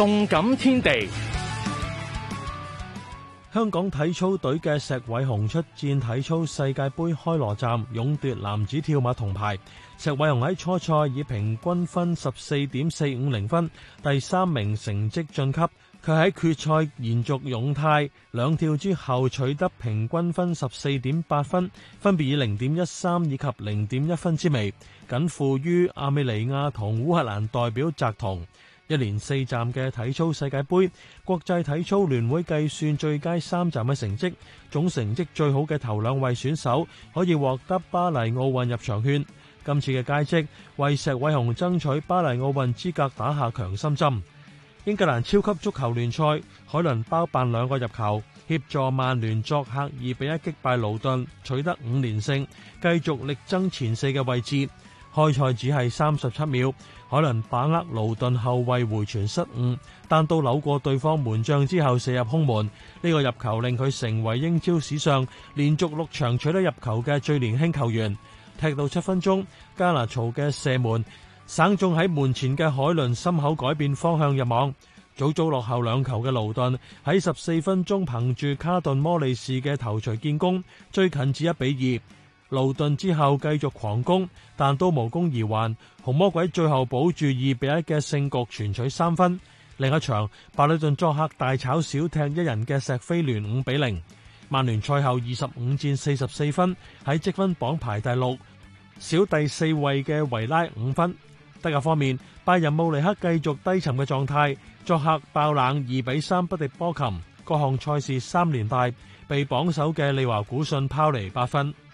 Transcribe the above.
動感天地， 香港體操隊嘅石偉雄出戰體操世界盃開羅站，勇奪男子跳馬銅牌。石偉雄喺初賽以平均分14.450分第3名成績晉級，佢喺決賽延續勇態，兩跳之後取得平均分14.8分，分別以0.13以及0.1分之微，僅負於亞美尼亞同烏克蘭代表摘銅。一連4站嘅體操世界盃，國際體操聯會計算最佳3站嘅成績，總成績最好嘅頭2位選手可以獲得巴黎奧運入場券。今次嘅佳績為石偉雄爭取巴黎奧運資格打下強心針。英格蘭超級足球聯賽，海倫包辦2個入球，協助曼聯作客2-1擊敗盧頓，取得5連勝，繼續力爭前4嘅位置。開賽只係37秒，海倫把握盧頓後衛回傳失誤，但到扭過對方門將之後射入空門。呢個入球令佢成為英超史上連續6場取得入球嘅最年輕球員。踢到7分鐘，加納曹嘅射門省中喺門前嘅海倫心口改變方向入網。早早落後2球嘅盧頓喺14分鐘憑住卡頓摩利士嘅頭槌建功，追近至1-2。盧頓之後繼續狂攻，但都無功而還。紅魔鬼最後保住2-1嘅勝局，全取3分。另一場，白禮頓作客大炒小踢1人嘅錫菲聯5-0。曼聯賽後25戰44分，喺積分榜排第6，少第4位嘅維拉5分。德甲方面，拜仁慕尼黑繼續低沉嘅狀態，作客爆冷2-3不敵波琴，各項賽事3連敗，被榜首嘅利華古遜拋離8分。